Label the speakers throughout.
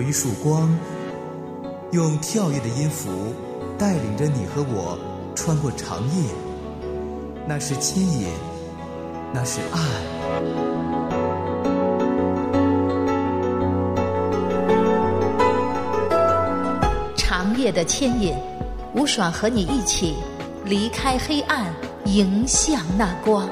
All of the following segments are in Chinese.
Speaker 1: 一束光，用跳跃的音符带领着你和我穿过长夜。那是牵引，那是爱。
Speaker 2: 长夜的牵引，吴爽和你一起离开黑暗，迎向那光。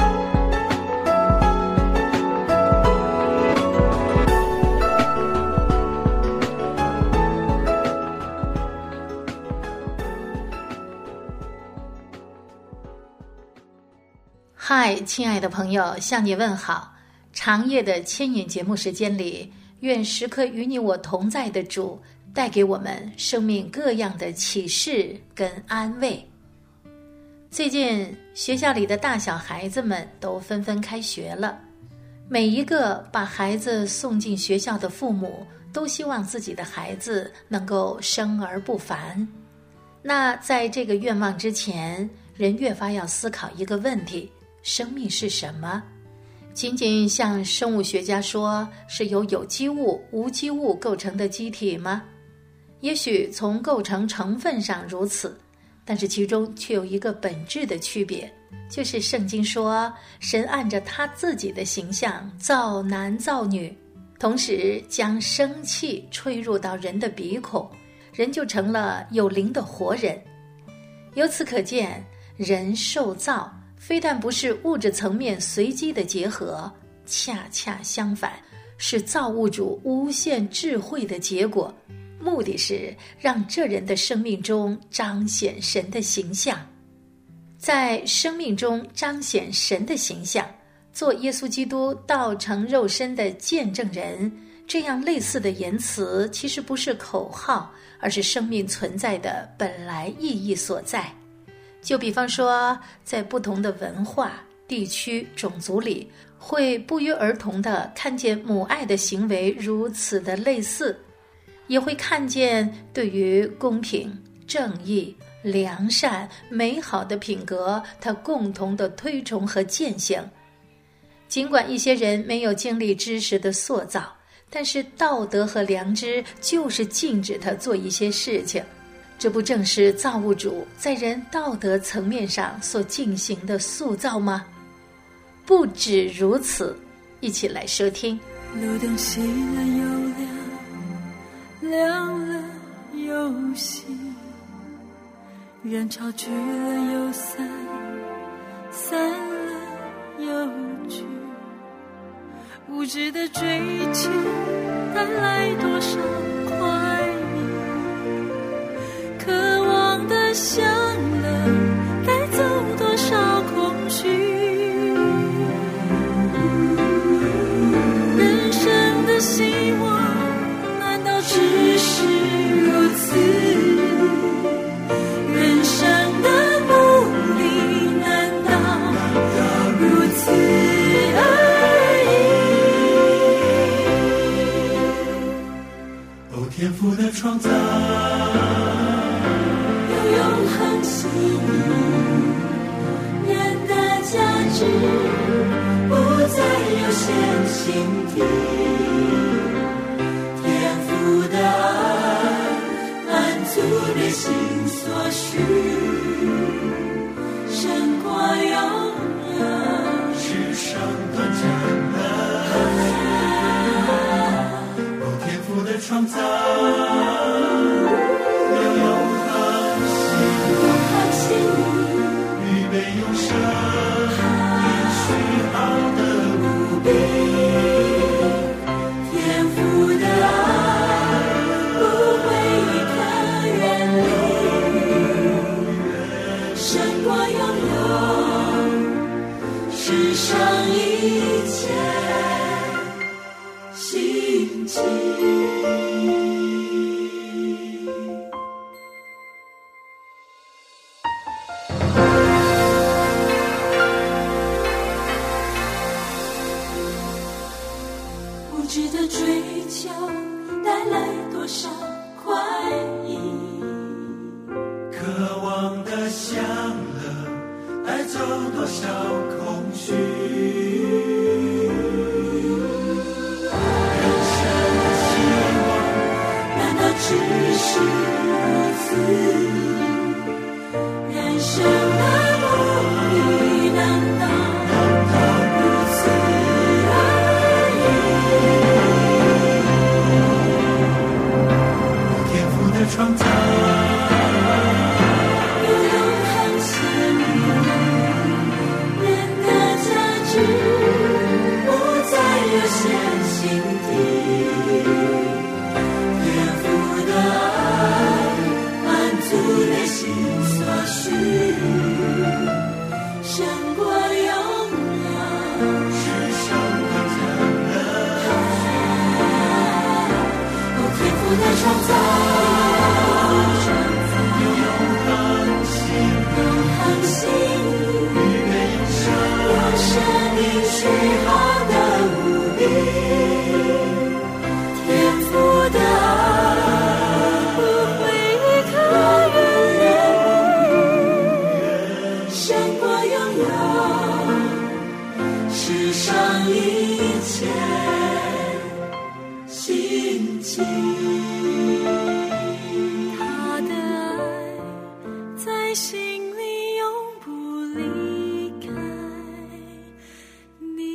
Speaker 2: 嗨，亲爱的朋友，向你问好。长夜的牵引节目时间里，愿时刻与你我同在的主带给我们生命各样的启示跟安慰。最近学校里的大小孩子们都纷纷开学了，每一个把孩子送进学校的父母都希望自己的孩子能够生而不凡。那在这个愿望之前，人越发要思考一个问题：生命是什么？仅仅像生物学家说是由有机物、无机物构成的机体吗？也许从构成成分上如此，但是其中却有一个本质的区别，就是圣经说神按着他自己的形象造男造女，同时将生气吹入到人的鼻孔，人就成了有灵的活人。由此可见，人受造非但不是物质层面随机的结合，恰恰相反，是造物主无限智慧的结果，目的是让这人的生命中彰显神的形象。在生命中彰显神的形象，做耶稣基督道成肉身的见证人，这样类似的言辞其实不是口号，而是生命存在的本来意义所在。就比方说，在不同的文化、地区、种族里，会不约而同地看见母爱的行为如此的类似，也会看见对于公平、正义、良善、美好的品格，它共同的推崇和践行。尽管一些人没有经历知识的塑造，但是道德和良知就是禁止他做一些事情。这不正是造物主在人道德层面上所进行的塑造吗？不止如此，一起来收听。
Speaker 3: 路灯熄了又亮，亮了又熄，人潮聚了又散，散了又聚，无知的追求带来多少快意，渴望的享乐带走多少空虚，人生的希望难道只是如此？人生的目的难道如此而
Speaker 4: 已？哦，天父的创造
Speaker 3: 有永恒心意，人的价值不再有限性地，天父的爱满足内心所需，神光永远
Speaker 4: 是上短暂的哦，天父的创造预备永生，也许好的无比，
Speaker 3: 天父的爱不会一刻远离，神光永有世上一切心情。
Speaker 4: 人生的希望世上一切心情。
Speaker 3: 他的爱在心里永不离开你。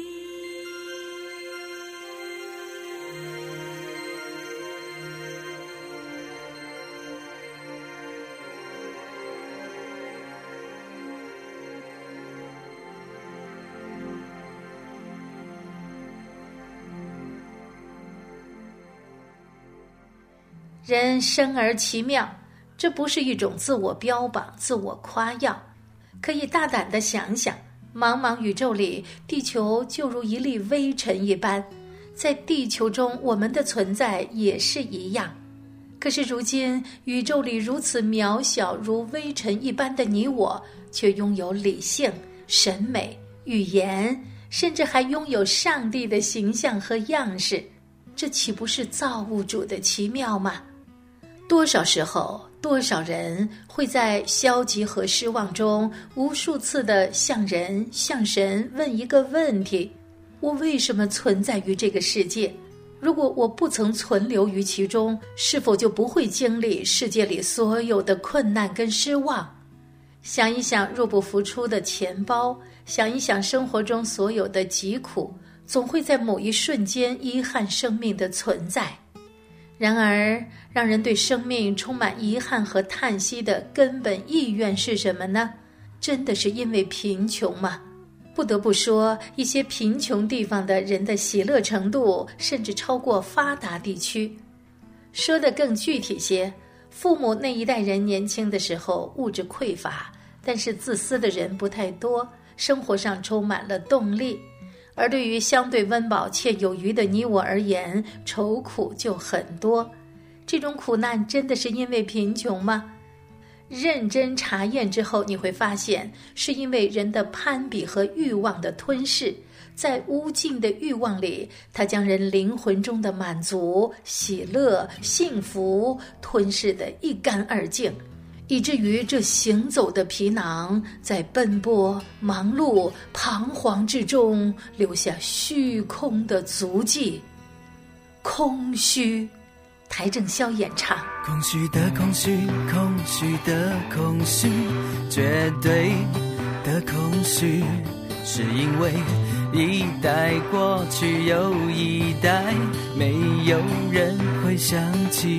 Speaker 2: 人生而奇妙，这不是一种自我标榜、自我夸耀。可以大胆地想想，茫茫宇宙里，地球就如一粒微尘一般，在地球中我们的存在也是一样。可是如今，宇宙里如此渺小如微尘一般的你我，却拥有理性、审美、语言，甚至还拥有上帝的形象和样式。这岂不是造物主的奇妙吗？多少时候，多少人会在消极和失望中无数次地向人、向神问一个问题：我为什么存在于这个世界？如果我不曾存留于其中，是否就不会经历世界里所有的困难跟失望？想一想入不敷出的钱包，想一想生活中所有的疾苦，总会在某一瞬间遗憾生命的存在。然而，让人对生命充满遗憾和叹息的根本意愿是什么呢？真的是因为贫穷吗？不得不说，一些贫穷地方的人的喜乐程度甚至超过发达地区。说得更具体些，父母那一代人年轻的时候物质匮乏，但是自私的人不太多，生活上充满了动力。而对于相对温饱且有余的你我而言，愁苦就很多。这种苦难真的是因为贫穷吗？认真查验之后，你会发现是因为人的攀比和欲望的吞噬。在无尽的欲望里，它将人灵魂中的满足、喜乐、幸福吞噬得一干二净，以至于这行走的皮囊在奔波、忙碌、彷徨之中留下虚空的足迹。空虚，邰正宵演唱。
Speaker 5: 空虚的空虚，空虚的空虚，绝对的空虚，是因为一代过去又一代，没有人会想起。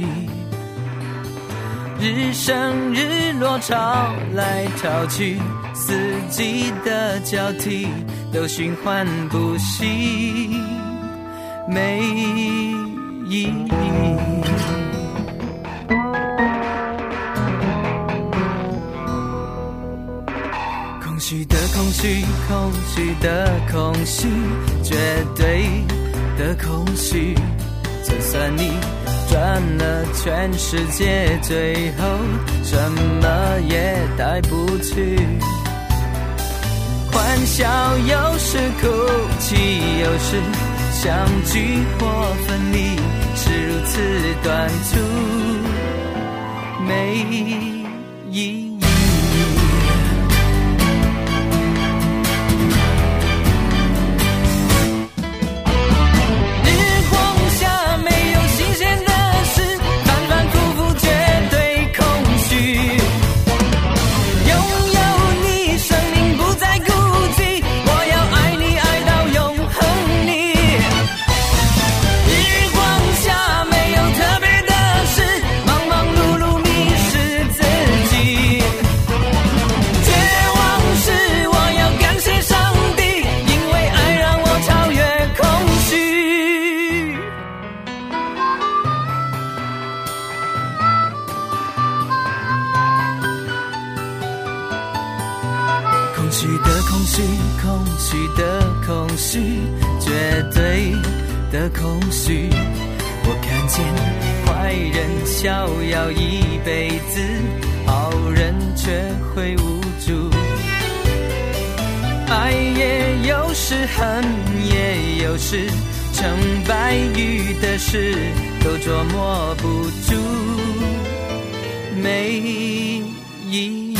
Speaker 5: 日升日落，潮来潮去，四季的交替都循环不息，没意义。空虚的空虚，空虚的空虚，绝对的空虚，就算你转了全世界，最后什么也带不去。欢笑有时，哭泣有时，相聚或分离，是如此短促，没意义。空虚的空虚，空虚的空虚，绝对的空虚。我看见坏人逍遥一辈子，好人却会无助。爱也有时，恨也有时，成败与得失都捉摸不住，没意义。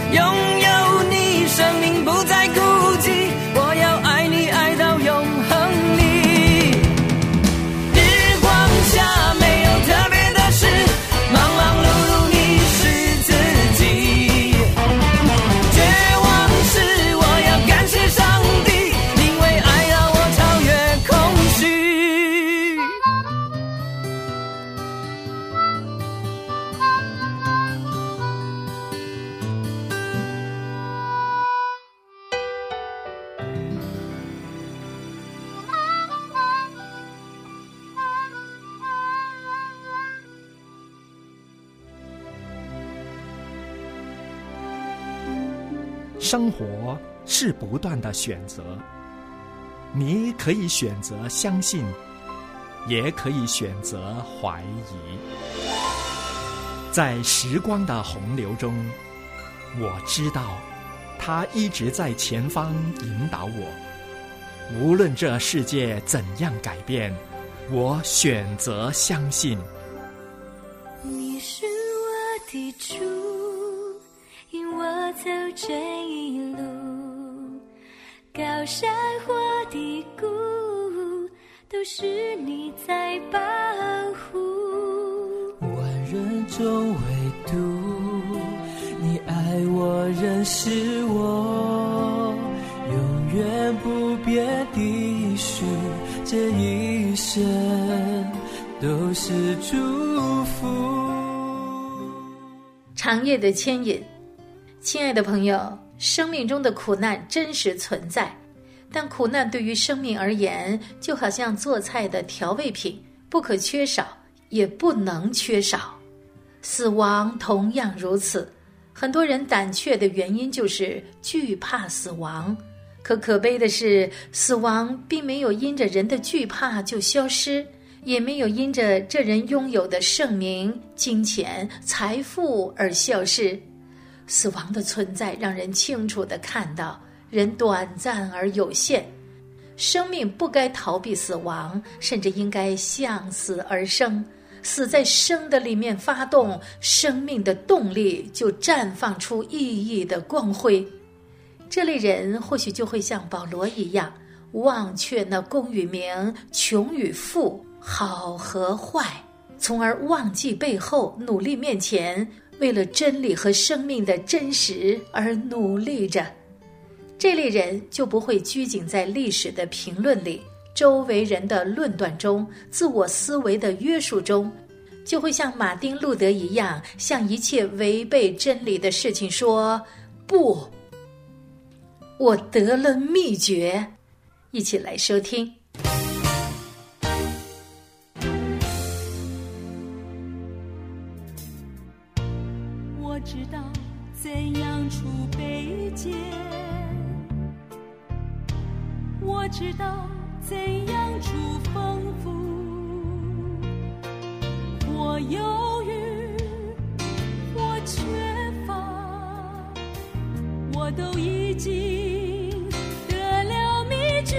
Speaker 5: 拥有你，生命不再孤寂，我要爱你爱到永恒里。日光下没有特别的事，忙忙碌碌你是自己。绝望时我要感谢上帝，因为爱让我超越空虚。
Speaker 6: 生活是不断的选择，你可以选择相信，也可以选择怀疑。在时光的洪流中，我知道他一直在前方引导我。无论这世界怎样改变，我选择相信。
Speaker 3: 你是我的主，引我走这一路，高山或低谷，都是你在保护。
Speaker 5: 万人中唯独你爱我，认识我，永远不变的许，这一生都是祝福。
Speaker 2: 长夜的牵引。亲爱的朋友，生命中的苦难真实存在，但苦难对于生命而言，就好像做菜的调味品，不可缺少，也不能缺少。死亡同样如此，很多人胆怯的原因就是惧怕死亡。可悲的是，死亡并没有因着人的惧怕就消失，也没有因着这人拥有的盛名、金钱、财富而消失。死亡的存在让人清楚地看到，人短暂而有限，生命不该逃避死亡，甚至应该向死而生。死在生的里面发动，生命的动力就绽放出熠熠的光辉。这类人或许就会像保罗一样，忘却那功与名、穷与富、好和坏，从而忘记背后，努力面前，为了真理和生命的真实而努力着。这类人就不会拘谨在历史的评论里，周围人的论断中，自我思维的约束中，就会像马丁路德一样，向一切违背真理的事情说不。我得了秘诀，一起来收听。
Speaker 3: 我知道怎样储备剑，我知道怎样储丰富。我犹豫，我缺乏，我都已经得了秘诀。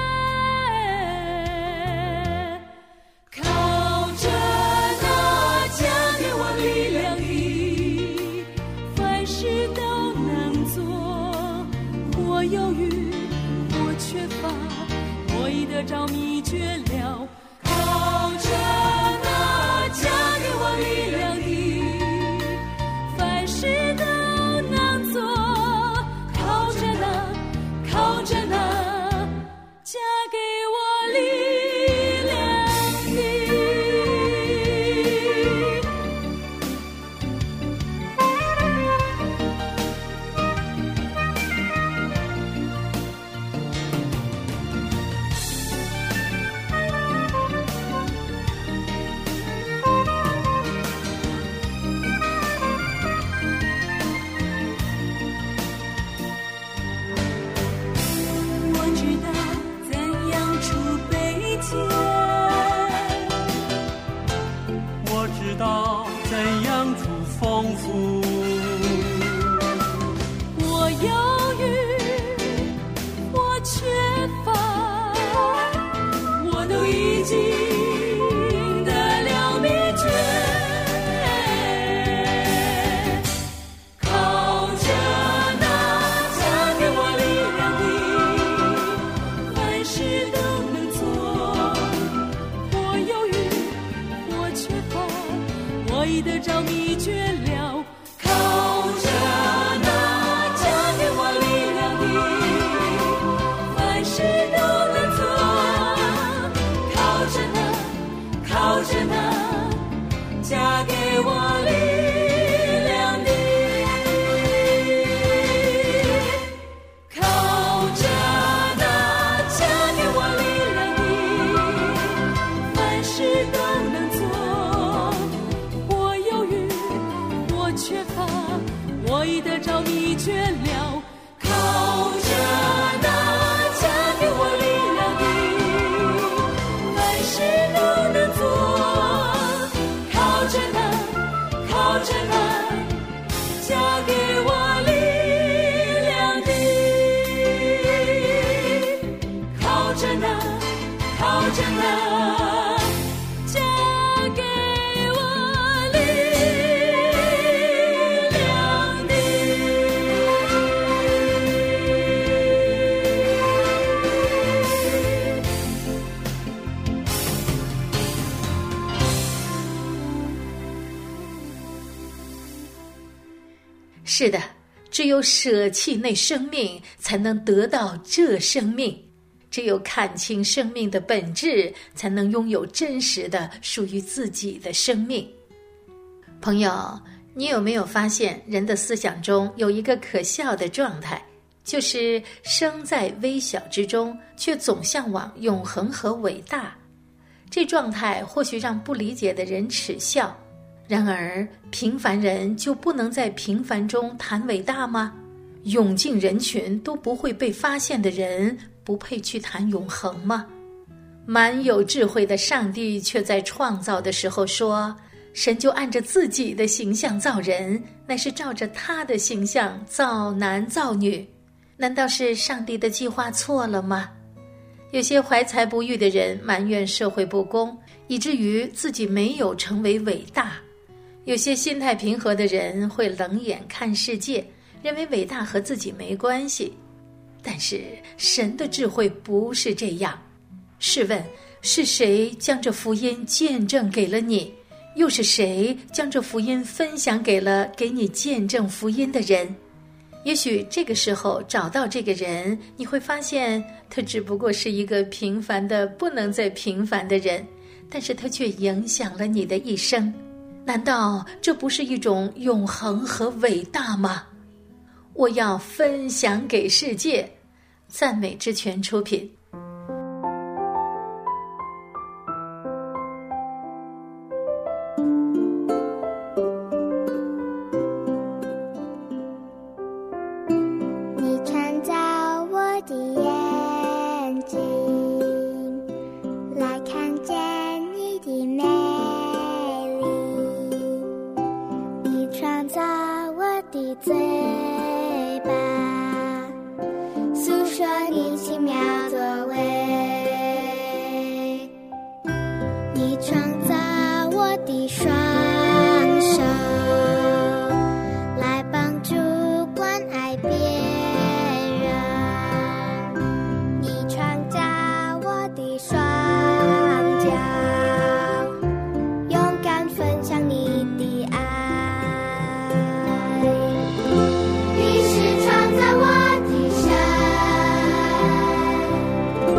Speaker 3: 靠着那加给我力量的，凡事都能做。我犹豫，我缺乏，我已得着秘诀了。靠着那加给我力量的，凡事都能做。靠着那加给我力量的。 我已得着秘诀了，靠着那加给我力量的，凡事都能做，靠着那加给我力量的，靠着那加给我力量的。
Speaker 2: 是的，只有舍弃那生命，才能得到这生命。只有看清生命的本质，才能拥有真实的属于自己的生命。朋友，你有没有发现人的思想中有一个可笑的状态，就是生在微小之中，却总向往永恒和伟大。这状态或许让不理解的人耻笑，然而平凡人就不能在平凡中谈伟大吗？涌进人群都不会被发现的人，不配去谈永恒吗？满有智慧的上帝却在创造的时候说，神就按着自己的形象造人，乃是照着他的形象造男造女。难道是上帝的计划错了吗？有些怀才不遇的人埋怨社会不公，以至于自己没有成为伟大。有些心态平和的人会冷眼看世界，认为伟大和自己没关系。但是神的智慧不是这样。试问，是谁将这福音见证给了你？又是谁将这福音分享给了给你见证福音的人？也许这个时候找到这个人，你会发现他只不过是一个平凡的不能再平凡的人，但是他却影响了你的一生。难道这不是一种永恒和伟大吗？我要分享给世界。赞美之泉出品。
Speaker 7: 你创造我的眼睛，来看见你的美丽。你创造我的嘴巴，诉说你奇妙作为。你创造我的双手，来帮助关爱别人。你创造我的双脚，勇敢分享你的爱。你是创造我的神，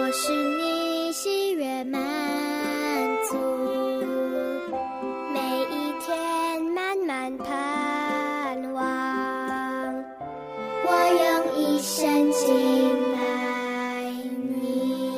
Speaker 7: 我是你喜悦满足，每一天慢慢盼望，我用一生敬爱你。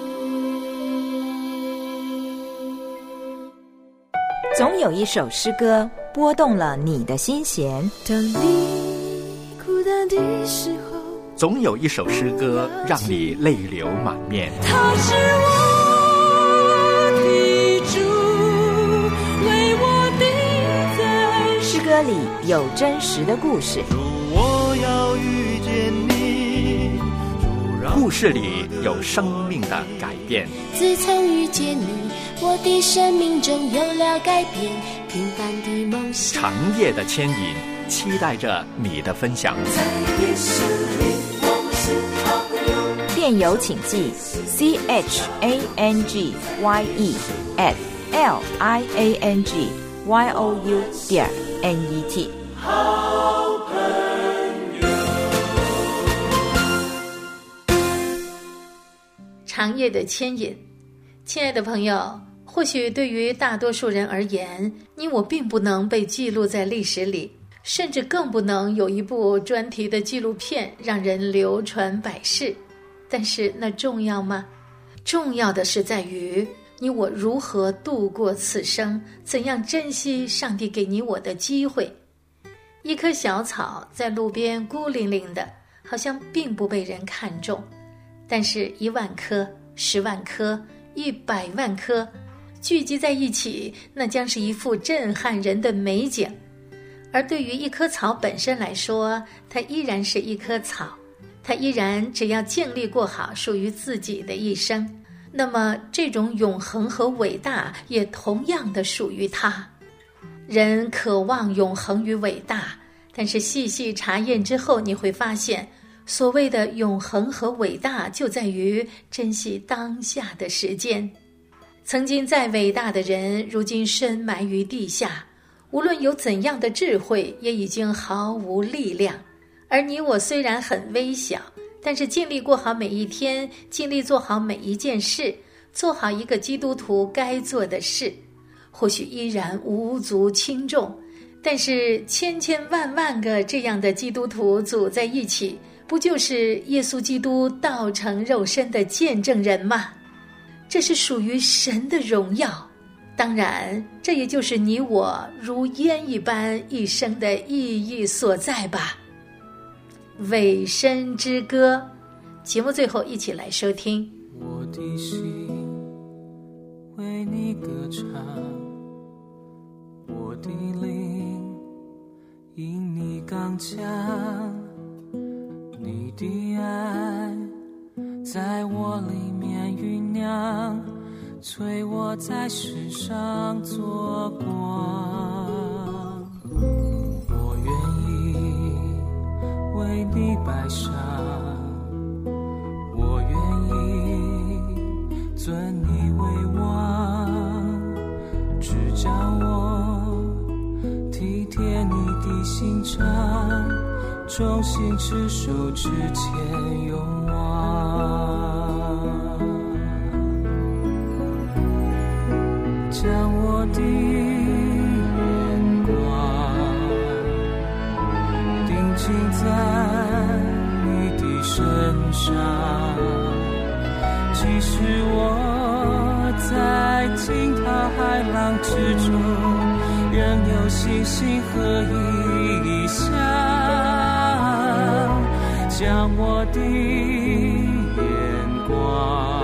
Speaker 8: 总有一首诗歌拨动了你的心弦，
Speaker 3: 当你孤单的时候，
Speaker 6: 总有一首诗歌让你泪流满面。
Speaker 3: 他是我的主，为我定在
Speaker 8: 诗歌里有真实的故事，
Speaker 4: 主，我要遇见你，主，让
Speaker 6: 故事里有生命的改变。
Speaker 3: 自从遇见你，我的生命中有了改变，平凡的梦想，
Speaker 6: 长夜的牵引，期待着你的分享。
Speaker 3: 在夜深里我们是好朋友。
Speaker 8: 电邮请寄 change@liangyou.net。
Speaker 2: 长夜的牵引，亲爱的朋友，或许对于大多数人而言，你我并不能被记录在历史里，甚至更不能有一部专题的纪录片让人流传百世。但是那重要吗？重要的是在于你我如何度过此生，怎样珍惜上帝给你我的机会。一棵小草在路边孤零零的，好像并不被人看重，但是1万棵、10万棵、100万棵聚集在一起，那将是一幅震撼人的美景。而对于一棵草本身来说，它依然是一棵草，它依然只要尽力过好属于自己的一生，那么这种永恒和伟大也同样的属于它。人渴望永恒与伟大，但是细细查验之后，你会发现所谓的永恒和伟大就在于珍惜当下的时间。曾经再伟大的人，如今深埋于地下，无论有怎样的智慧，也已经毫无力量。而你我虽然很微小，但是尽力过好每一天，尽力做好每一件事，做好一个基督徒该做的事。或许依然无足轻重，但是千千万万个这样的基督徒组在一起，不就是耶稣基督道成肉身的见证人吗？这是属于神的荣耀，当然这也就是你我如烟一般一生的意义所在吧。委身之歌，节目最后一起来收听。
Speaker 5: 我的心为你歌唱，我的灵因你刚强，你的爱在我里面酝酿，催我在世上做光。我愿意为你摆上，我愿意尊你为王，只叫我体贴你的心肠，忠心持守之前勇往，将我的眼光定睛在你的身上，即使我在惊涛骇浪之中，仍有信心和意向，将我的眼光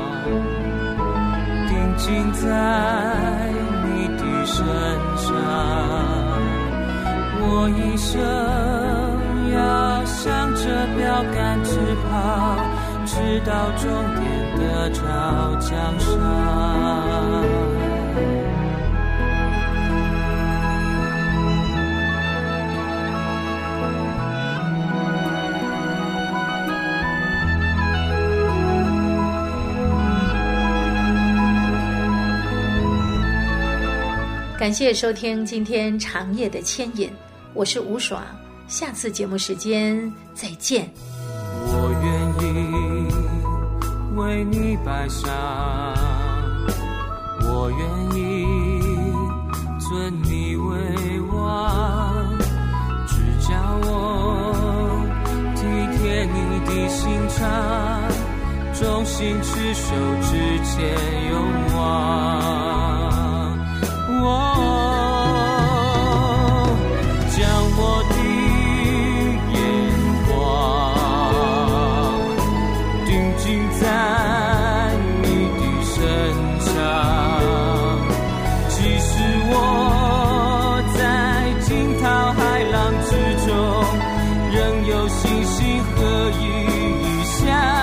Speaker 5: 定睛在你的身上，我一生要向着标杆直跑，直到终点得着奖赏。
Speaker 2: 感谢收听今天长夜的牵引，我是吴爽，下次节目时间再见。
Speaker 5: 我愿意为为你摆上，我愿意尊你为王，只叫我体贴你的心肠，忠心持守之前勇往。将我的眼光定睛在你的身上，即使我在惊涛骇浪之中，仍有信心和意向。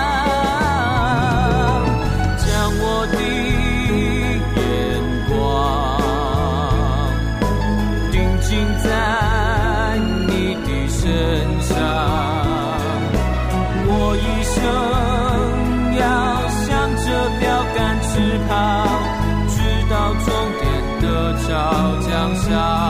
Speaker 5: 将我的眼光定睛在你的身上，我一生要向着标杆直跑，直到终点的朝江上。